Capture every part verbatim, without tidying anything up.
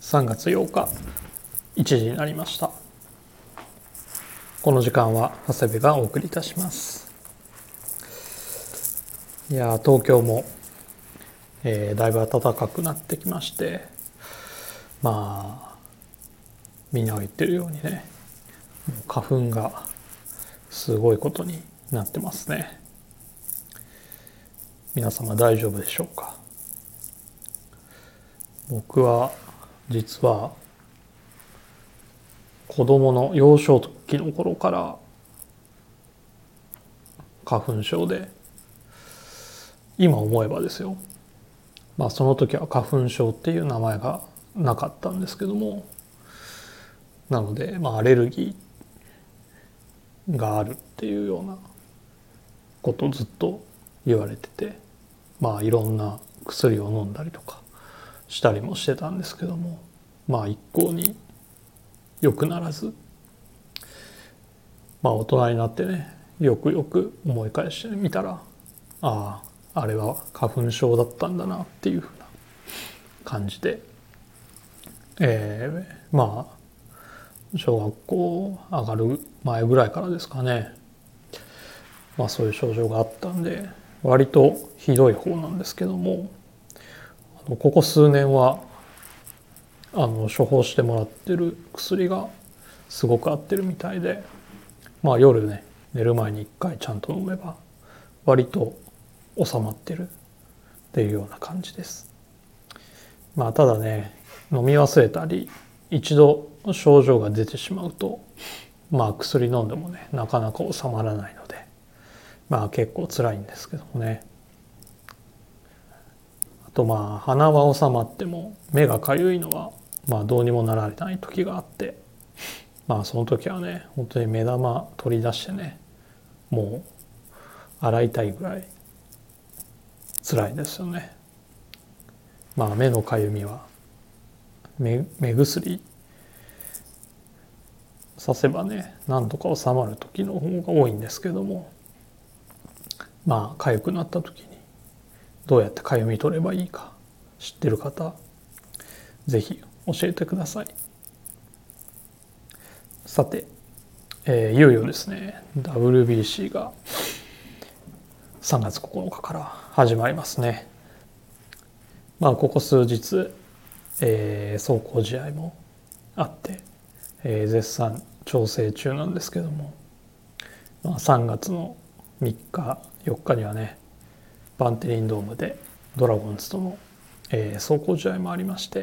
さんがつようかいちじになりました。この時間は長谷部がお送りいたします。いや東京も、えー、だいぶ暖かくなってきまして、まあみんなが言ってるようにね、もう花粉がすごいことになってますね。皆様大丈夫でしょうか。僕は実は子供の幼少期の頃から花粉症で、今思えばですよ、まあその時は花粉症っていう名前がなかったんですけども、なのでまあアレルギーがあるっていうようなことをずっと言われてて、まあいろんな薬を飲んだりとかしたりもしてたんですけども、まあ一向に良くならず、まあ大人になってね、よくよく思い返してみたら、あああれは花粉症だったんだなっていうふうな感じで、えー、まあ小学校上がる前ぐらいからですかね、まあそういう症状があったんで、割とひどい方なんですけども、ここ数年はあの処方してもらってる薬がすごく合ってるみたいで、まあ夜ね寝る前にいっかいちゃんと飲めば割と収まってるっていうような感じです。まあただね、飲み忘れたり一度症状が出てしまうと、まあ薬飲んでもねなかなか収まらないので、まあ結構辛いんですけどもね。あとまあ鼻は収まっても目がかゆいのはまあどうにもならない時があって、まあその時はね本当に目玉取り出してね、もう洗いたいぐらい辛いですよね。まあ目のかゆみは 目, 目薬させばねなんとか収まる時の方が多いんですけども、まあかゆくなった時にどうやってかゆみ取ればいいか知ってる方ぜひ教えてください。さて、えー、いよいよですね ダブリュービーシー がさんがつここのかから始まりますね。まあここ数日、えー、壮行試合もあって、えー、絶賛調整中なんですけども、まあ、さんがつのみっかよっかにはねバンテリンドームでドラゴンズとの、えー、壮行試合もありまして、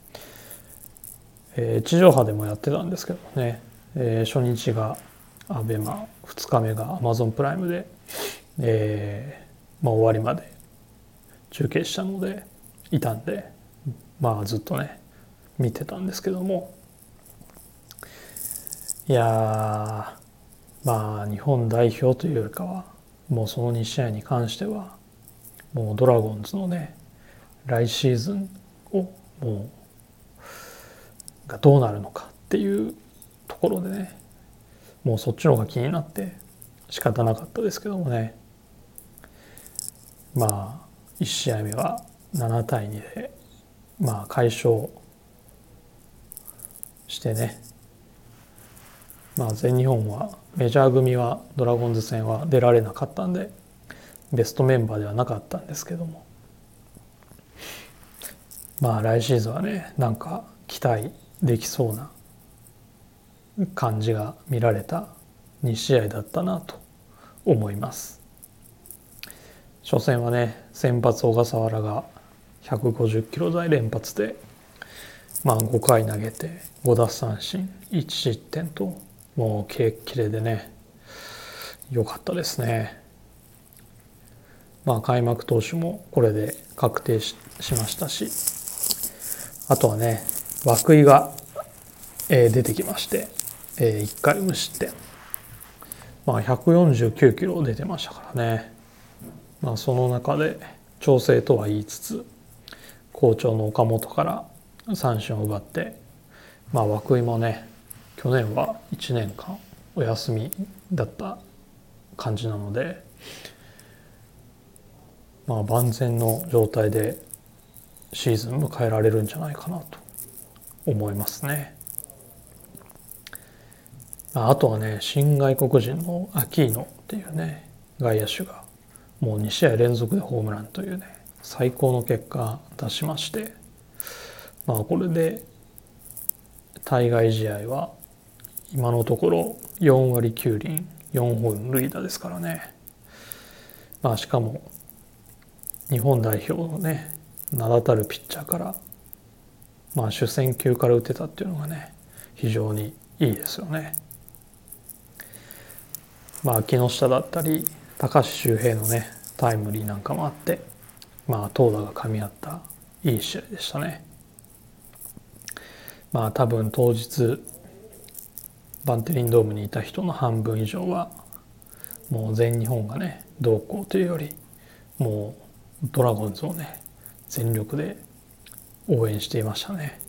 えー、地上波でもやってたんですけどね、えー、初日がアベマ、ふつかめがアマゾンプライムで、えーまあ、終わりまで中継したのでいたんで、まあずっとね見てたんですけども、いやまあ日本代表というよりかはもうそのに試合に関してはもうドラゴンズのね来シーズンをもうがどうなるのかっていうところでね、もうそっちの方が気になって仕方なかったですけどもね、まあいち試合目はななたいにでまあ快勝してね、まあ全日本はメジャー組はドラゴンズ戦は出られなかったんでベストメンバーではなかったんですけども、まあ来シーズンはねなんか期待できそうな感じが見られたに試合だったなと思います。初戦はね先発小笠原がひゃくごじゅっキロ台連発で、まあごかい投げてご奪三振いち失点ともうキレッキレでね良かったですね。まあ開幕投手もこれで確定 し, しましたし、あとはね涌井が、えー、出てきまして、えー、いっかい無失点、まあひゃくよんじゅうきゅうキロ出てましたからね。まあその中で調整とは言いつつ好調の岡本から三振を奪って、まあ涌井もね去年はいちねんかんお休みだった感じなので、まあ万全の状態でシーズン迎えられるんじゃないかなと思いますね。あとはね、新外国人のアキーノっていうね外野手がもうに試合連続でホームランというね最高の結果出しまして、まあこれで対外試合は今のところよん割きゅう厘よん本塁打ですからね。まあしかも日本代表のね名だたるピッチャーからまあ主戦級から打てたっていうのがね非常にいいですよね。まあ木下だったり高橋周平のねタイムリーなんかもあって、まあ投打が噛み合ったいい試合でしたね。まあ多分当日バンテリンドームにいた人の半分以上はもう全日本がねどうこうというよりもうドラゴンズをね全力で応援していましたね。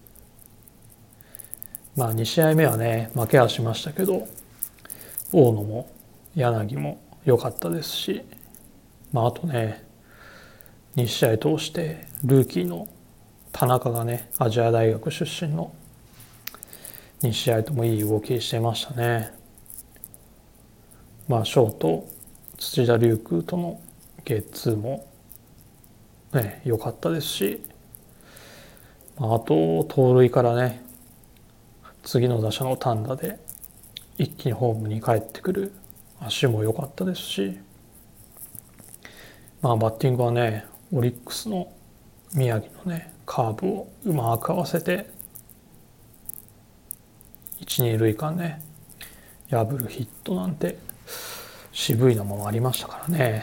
まあに試合目はね負けはしましたけど大野も柳も良かったですし、まああとねに試合通してルーキーの田中がね亜細亜大学出身のに試合ともいい動きしてましたね。まあショート土田龍空とのゲッツーもね良かったですし、まあ、あと盗塁からね次の打者の単打で一気にホームに帰ってくる足も良かったですし、まあバッティングはねオリックスの宮城のねカーブをうまく合わせて一二塁間ね破るヒットなんて渋いのもありましたからね。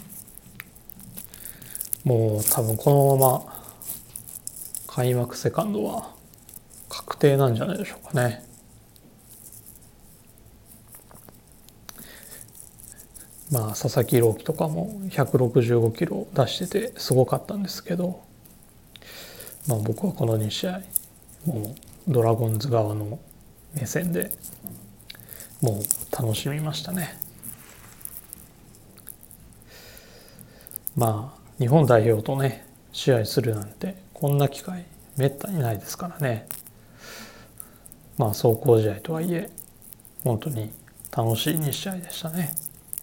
もう多分このまま開幕セカンドは確定なんじゃないでしょうかね。まあ佐々木朗希とかもひゃくろくじゅうごキロ出しててすごかったんですけど、まあ僕はこのに試合もうドラゴンズ側の目線でもう楽しみましたね。まあ日本代表とね試合するなんてこんな機会めったにないですからね。まあ壮行試合とはいえ本当に楽しいに試合でしたね。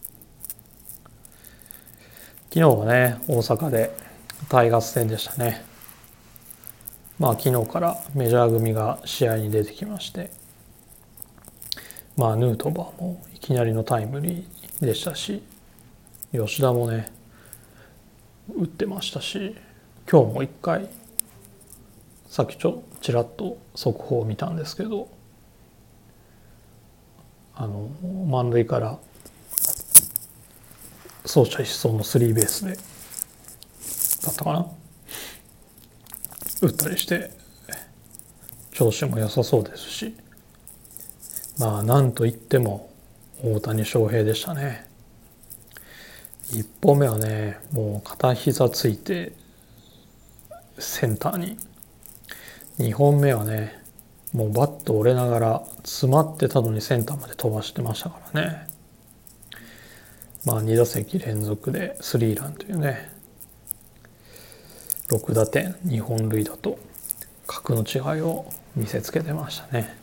昨日はね大阪でタイガース戦でしたね。まあ昨日からメジャー組が試合に出てきまして、まあヌートバーもいきなりのタイムリーでしたし、吉田もね打ってましたし、今日も一回さっきちょちらっと速報を見たんですけど、あの満塁から走者一掃のスリーベースでだったかな打ったりして調子も良さそうですし、まあなんといっても大谷翔平でしたね。いっぽんめはねもう片膝ついてセンターに、にほんめはねもうバット折れながら詰まってたのにセンターまで飛ばしてましたからね。まあに打席連続でスリーランというねろく打点に本塁打と格の違いを見せつけてましたね。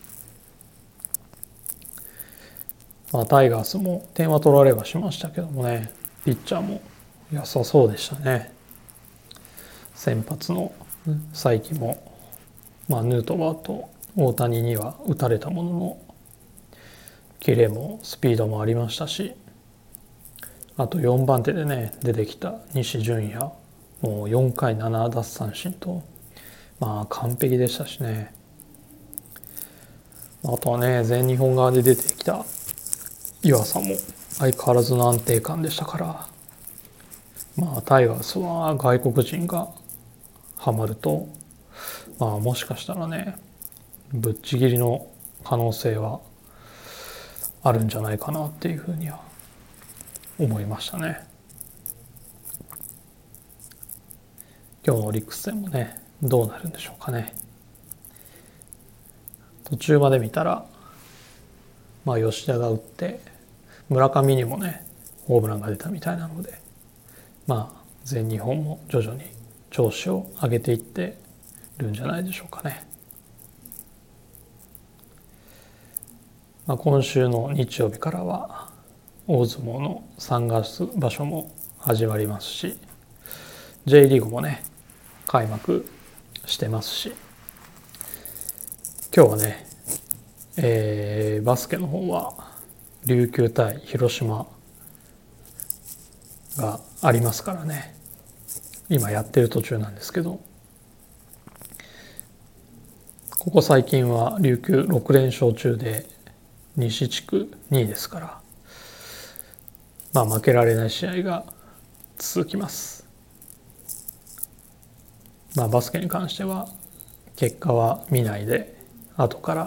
まあタイガースも点は取られはしましたけどもね、ピッチャーも良さそうでしたね。先発の才木も、まあ、ヌートバーと大谷には打たれたもののキレもスピードもありましたし、あとよんばん手でね出てきた西純也もうよんかいなな奪三振とまあ完璧でしたしね。あとはね全日本側で出てきた湯浅も相変わらずの安定感でしたから、まあタイガースは外国人がハマるとまあもしかしたらねぶっちぎりの可能性はあるんじゃないかなっていうふうには思いましたね。今日のオリックス戦もねどうなるんでしょうかね。途中まで見たらまあ吉田が打って村上にもねホームランが出たみたいなので、まあ全日本も徐々に調子を上げていってるんじゃないでしょうかね。 まあ、今週の日曜日からは大相撲のさんがつ場所も始まりますし、 J リーグもね開幕してますし、今日はね、えー、バスケの方は琉球対広島がありますからね、今やってる途中なんですけど、ここ最近は琉球ろくれんしょう中で西地区にいですから、まあ負けられない試合が続きます。まあバスケに関しては結果は見ないで、後から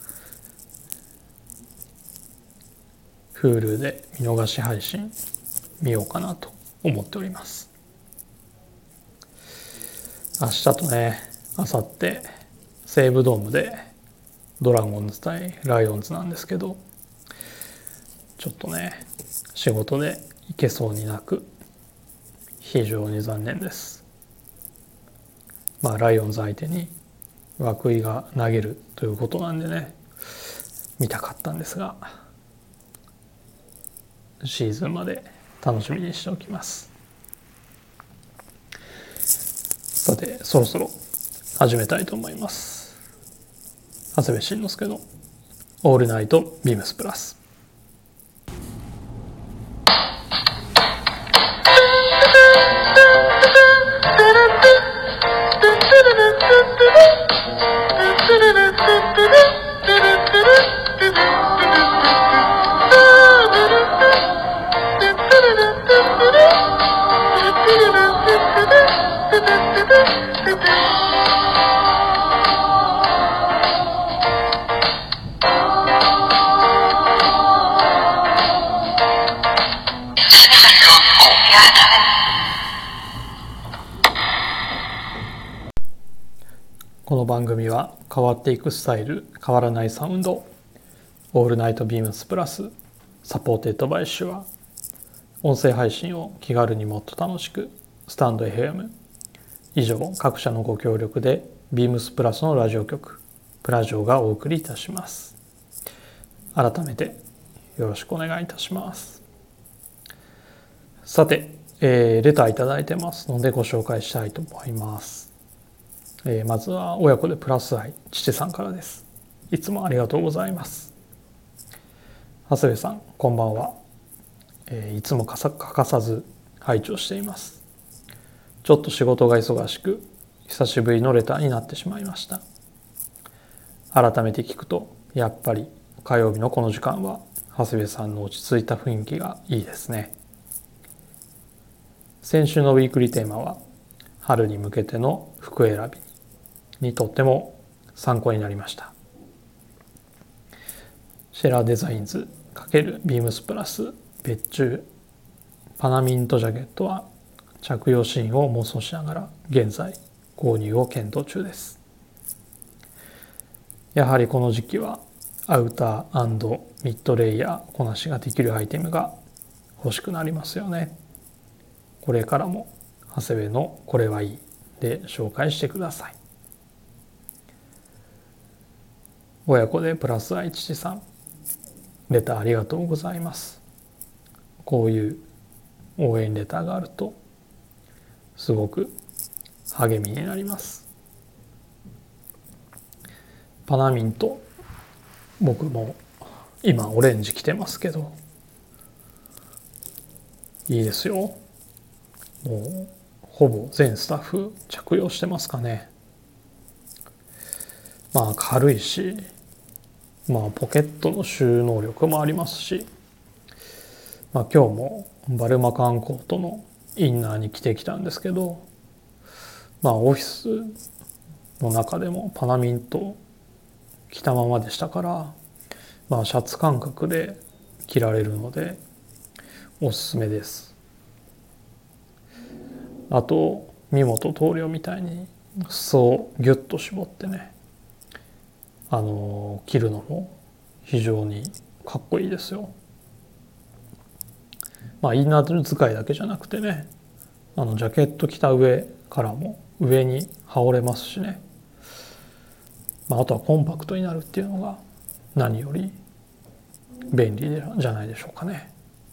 Hulu で見逃し配信見ようかなと思っております。明日とね明後日西武ドームでドラゴンズ対ライオンズなんですけど、ちょっとね仕事で行けそうになく非常に残念です。まあライオンズ相手に涌井が投げるということなんでね見たかったんですが、シーズンまで楽しみにしておきます。さてそろそろ始めたいと思います。長谷部慎之介のオールナイトビームスプラス。この番組は変わっていくスタイル、変わらないサウンド、オールナイトビームスプラス、サポーテッドバイシュア、音声配信を気軽にもっと楽しく、スタンド エフエム、以上各社のご協力でビームスプラスのラジオ局、プラジオがお送りいたします。改めてよろしくお願いいたします。さて、えー、レターいただいてますのでご紹介したいと思います。えー、まずは親子でプラス愛父さんからです。いつもありがとうございます。長谷部さんこんばんは。えー、いつも欠かさず拝聴しています。ちょっと仕事が忙しく久しぶりのレターになってしまいました。改めて聞くとやっぱり火曜日のこの時間は長谷部さんの落ち着いた雰囲気がいいですね。先週のウィークリーテーマは春に向けての服選びにとっても参考になりました。シェラーデザインズ×ビームスプラス別注パナミントジャケットは着用シーンを妄想しながら現在購入を検討中です。やはりこの時期はアウター&ミッドレイヤーこなしができるアイテムが欲しくなりますよね。これからも長谷部のこれはいいで紹介してください。親子でプラス愛父さん、レターありがとうございます。こういう応援レターがあるとすごく励みになります。パナミント、僕も今オレンジ着てますけどいいですよ。もうほぼ全スタッフ着用してますかね。まあ軽いし、まあポケットの収納力もありますし、まあ今日もバルマカンコートのインナーに着てきたんですけど、まあオフィスの中でもパナミント着たままでしたから、まあシャツ感覚で着られるのでおすすめです。あと三本棟梁みたいに裾をギュッと絞ってね、あの着るのも非常にかっこいいですよ。まあインナー使いだけじゃなくてね、あのジャケット着た上からも上に羽織れますしね、まあ、あとはコンパクトになるっていうのが何より便利じゃないでしょうかね。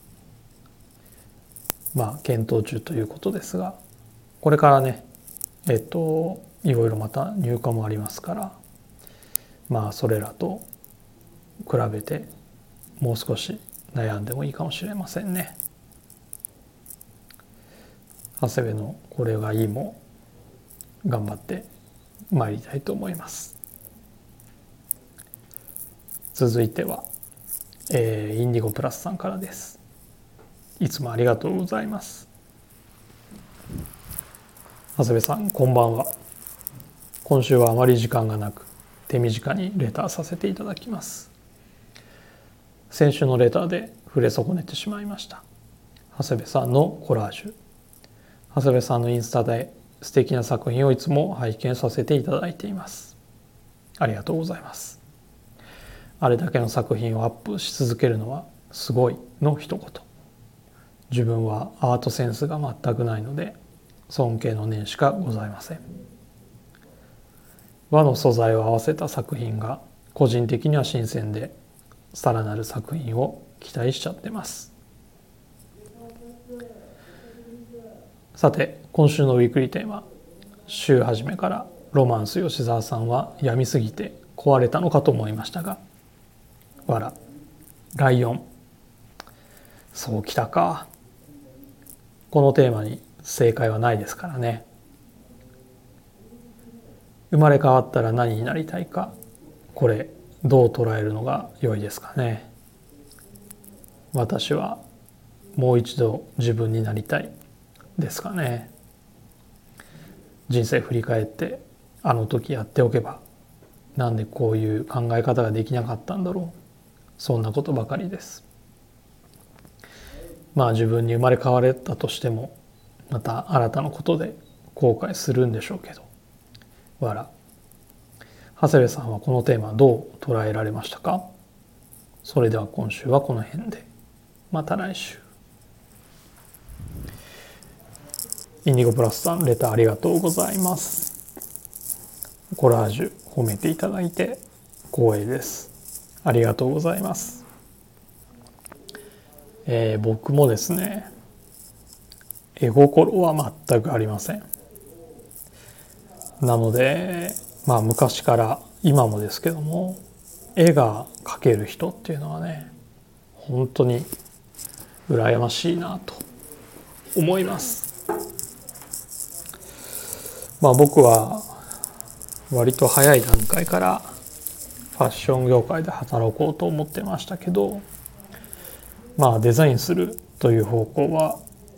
まあ検討中ということですが、これからねえっといろいろまた入荷もありますから、まあそれらと比べてもう少し悩んでもいいかもしれませんね。長谷部のこれがいいも頑張って参りたいと思います。続いては、えー、インディゴプラスさんからです。いつもありがとうございます。長谷部さんこんばんは。今週はあまり時間がなく手短にレターさせていただきます。先週のレターで触れ損ねてしまいました。長谷部さんのコラージュ、長谷部さんのインスタで素敵な作品をいつも拝見させていただいています。ありがとうございます。あれだけの作品をアップし続けるのはすごいの一言。自分はアートセンスが全くないので尊敬の念しかございません。和の素材を合わせた作品が個人的には新鮮で、さらなる作品を期待しちゃってます。さて今週のウィークリーテーマ、週初めからロマンス吉沢さんは病みすぎて壊れたのかと思いましたが、わらライオン、そうきたか。このテーマに正解はないですからね。生まれ変わったら何になりたいか、これどう捉えるのが良いですかね。私はもう一度自分になりたいですかね。人生振り返ってあの時やっておけばなんでこういう考え方ができなかったんだろう、そんなことばかりです。まあ自分に生まれ変われたとしてもまた新たなことで後悔するんでしょうけど、わら長谷部さんはこのテーマどう捉えられましたか。それでは今週はこの辺で、また来週。インディゴプラスさんレターありがとうございます。コラージュ褒めていただいて光栄です。ありがとうございます。えー、僕もですね絵心は全くありません。なのでまあ昔から今もですけども、絵が描ける人っていうのはね本当に羨ましいなと思います。まあ僕は割と早い段階からファッション業界で働こうと思ってましたけど、まあデザインするという方向は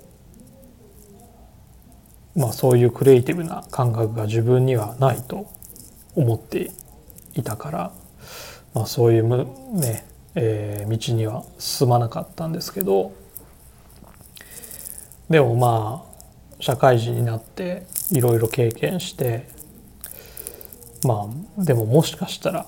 まあそういうクリエイティブな感覚が自分にはないと思っていたから、まあそういうね、えー、道には進まなかったんですけど、でもまあ社会人になっていろいろ経験して、まあでももしかしたら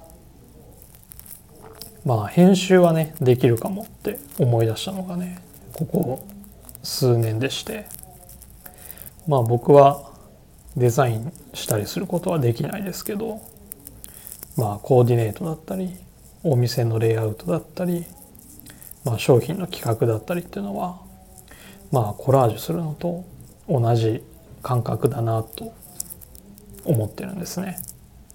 まあ編集はねできるかもって思い出したのがねここ数年でして、まあ僕はデザインしたりすることはできないですけど、まあコーディネートだったりお店のレイアウトだったり、まあ、商品の企画だったりっていうのはまあコラージュするのと同じ感覚だなと思ってるんですね。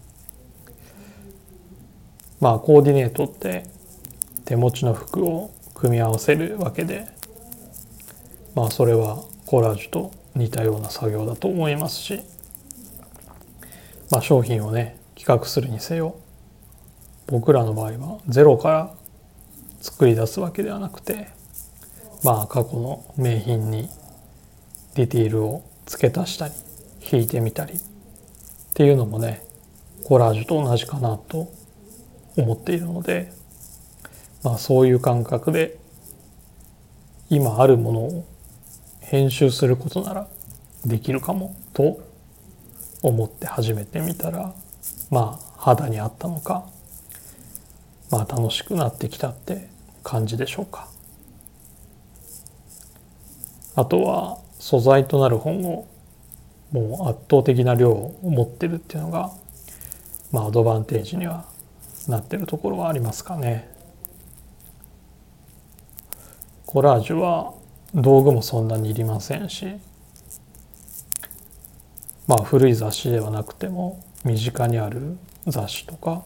まあコーディネートって手持ちの服を組み合わせるわけで、まあそれはコラージュと似たような作業だと思いますし、まあ商品をね企画するにせよ、僕らの場合はゼロから作り出すわけではなくて、まあ過去の名品にディティールを付け足したり引いてみたりっていうのもねコラージュと同じかなと思っているので、まあそういう感覚で今あるものを編集することならできるかもと思って始めてみたら、まあ肌に合ったのか、まあ楽しくなってきたって感じでしょうか。あとは素材となる本をもう圧倒的な量を持ってるっていうのがまあアドバンテージにはなってるところはありますかね。 コラージュは道具もそんなにいりませんし、まあ古い雑誌ではなくても身近にある雑誌とか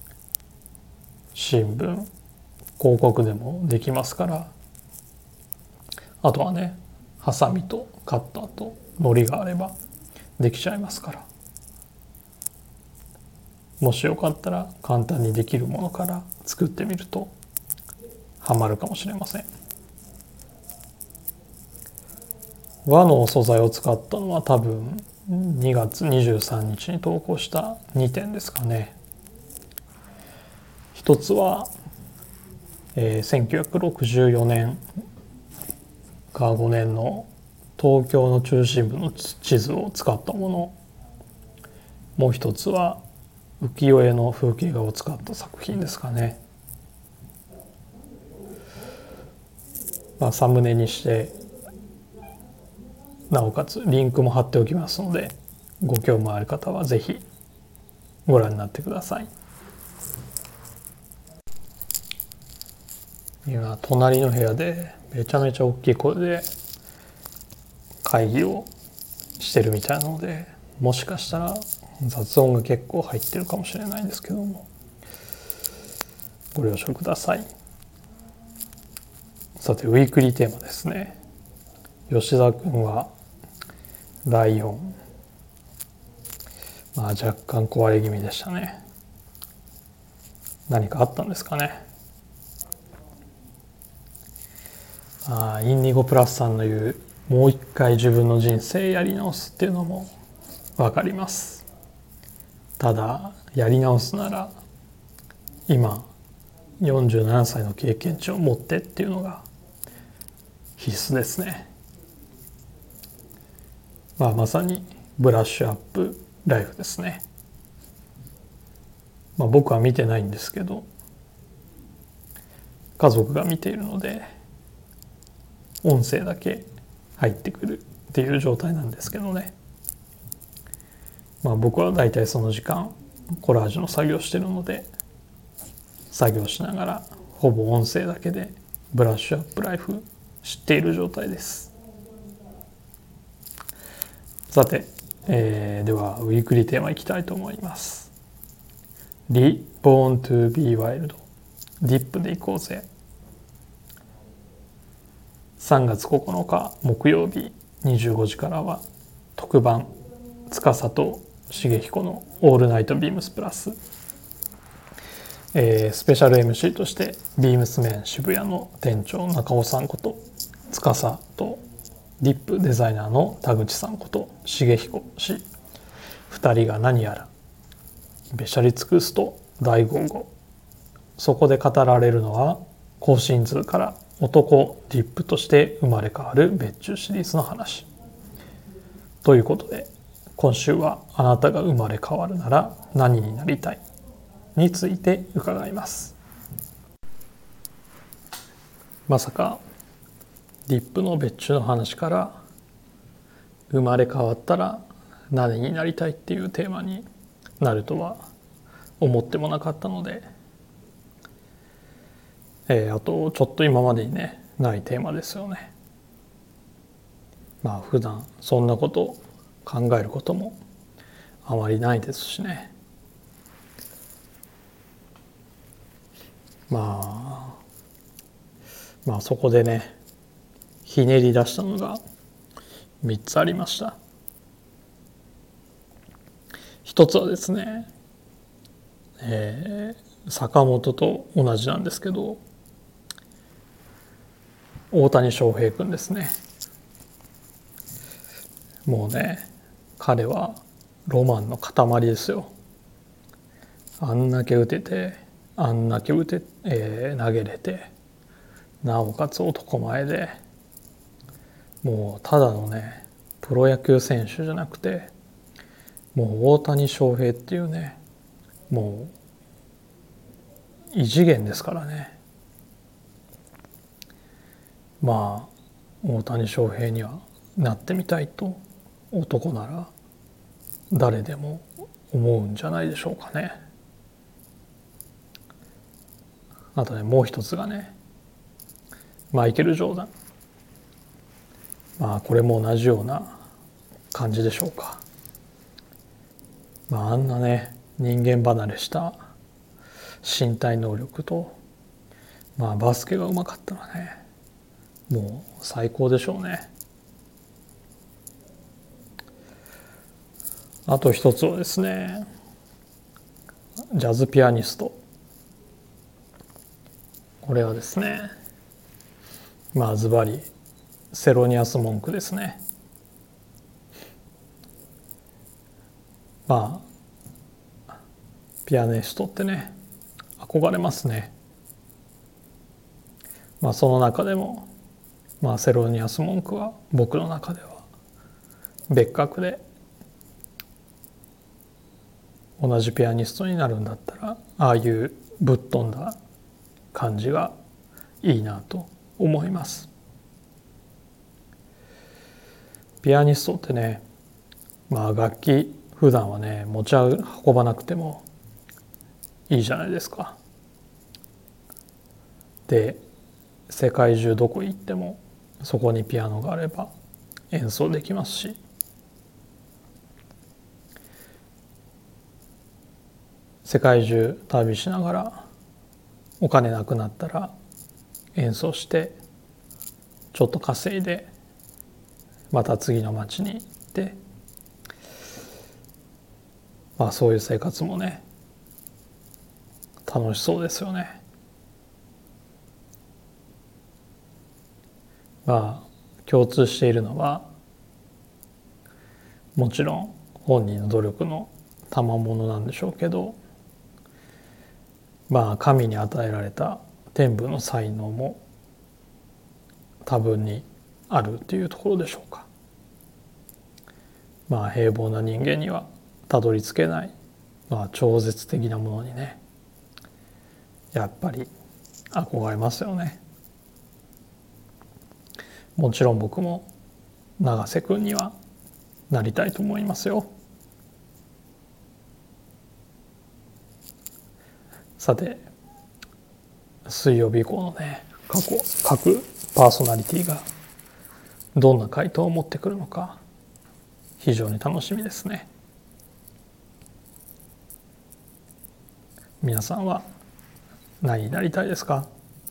新聞、広告でもできますから、あとはねハサミとカッターと糊があればできちゃいますから、もしよかったら簡単にできるものから作ってみるとハマるかもしれません。和の素材を使ったのは多分にがつにじゅうさんにちに投稿したにてんですかね。一つは、えー、せんきゅうひゃくろくじゅうよねんかごねんの東京の中心部の地図を使ったもの、もう一つは浮世絵の風景画を使った作品ですかね。まあ、サムネにしてなおかつリンクも貼っておきますので、ご興味ある方はぜひご覧になってください。今隣の部屋でめちゃめちゃ大きい声で会議をしてるみたいなので、もしかしたら雑音が結構入ってるかもしれないんですけども、ご了承ください。さてウィークリーテーマですね。吉田君はライオン、まあ若干壊れ気味でしたね。何かあったんですかね。あインディゴプラスさんの言うもう一回自分の人生やり直すっていうのも分かります。ただやり直すなら今よんじゅうななさいの経験値を持ってっていうのが必須ですね。まあまさにブラッシュアップライフですね。まあ僕は見てないんですけど家族が見ているので音声だけ入ってくるっていう状態なんですけどね。まあ僕はだいたいその時間コラージュの作業してるので、作業しながらほぼ音声だけでブラッシュアップライフ知っている状態です。さて、えー、ではウィークリーテーマいきたいと思います。Reborn to be wild ディップでいこうぜ。さんがつここのか木曜日にじゅうごじからは特番司と重彦のオールナイトビームスプラス、えー、スペシャル エムシー としてビームスメン渋谷の店長中尾さんこと司とディップデザイナーの田口さんこと重彦氏、ふたりが何やらべしゃり尽くすと大豪語。そこで語られるのは庚申図から男ディップとして生まれ変わる別注シリーズの話ということで、今週はあなたが生まれ変わるなら何になりたいについて伺います。まさかディップの別注の話から生まれ変わったら何になりたいっていうテーマになるとは思ってもなかったので、えー、あとちょっと今までにねないテーマですよね。まあ普段そんなこと考えることもあまりないですしね。まあまあそこでねひねり出したのがみっつありました。一つはですね、えー、坂本と同じなんですけど大谷翔平君ですね。もうね彼はロマンの塊ですよ。あんだけ打ててあんだけ打て、えー、投げれてなおかつ男前で、もうただのねプロ野球選手じゃなくてもう大谷翔平っていうねもう異次元ですからね。まあ大谷翔平にはなってみたいと男なら誰でも思うんじゃないでしょうかね。あとねもう一つがねマイケル・ジョーダン、まあこれも同じような感じでしょうか。まああんなね人間離れした身体能力と、まあバスケがうまかったらねもう最高でしょうね。あと一つはですね、ジャズピアニスト。これはですね、まあズバリセロニアス・モンクですね。まあピアニストってね憧れますね。まあその中でも、まあ、セロニアス・モンクは僕の中では別格で、同じピアニストになるんだったらああいうぶっ飛んだ感じがいいなと思います。ピアニストってね、まあ楽器普段はね持ち運ばなくてもいいじゃないですか。で世界中どこ行ってもそこにピアノがあれば演奏できますし、世界中旅しながらお金なくなったら演奏してちょっと稼いでまた次の町に行って、まあそういう生活もね楽しそうですよね。まあ共通しているのはもちろん本人の努力の賜物なんでしょうけど、まあ神に与えられた天賦の才能も多分にあるというところでしょうか。まあ平凡な人間にはたどり着けない、まあ、超絶的なものにねやっぱり憧れますよね。もちろん僕も永瀬君にはなりたいと思いますよ。さて水曜日以降のね過去各パーソナリティがどんな回答を持ってくるのか非常に楽しみですね。皆さんは何になりたいですか？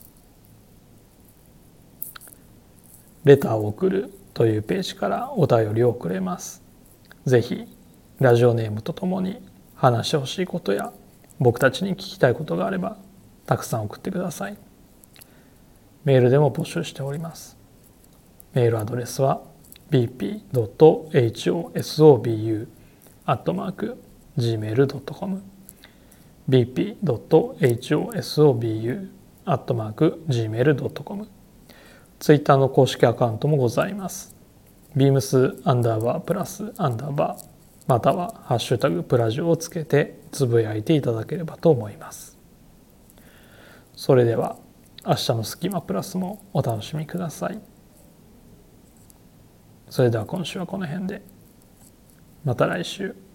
レターを送るというページからお便りをくれます。ぜひラジオネームとともに話してほしいことや僕たちに聞きたいことがあればたくさん送ってください。メールでも募集しております。メールアドレスは ビーピードットホソブ アットマーク ジーメールドットコム ビーピードットホソブ アットマーク ジーメールドットコム ツイッターの公式アカウントもございます。ビームスアンダーバープラスアンダーバーまたはハッシュタグプラジオをつけてつぶやいていただければと思います。それでは明日のスキマプラスもお楽しみください。それでは今週はこの辺で。また来週。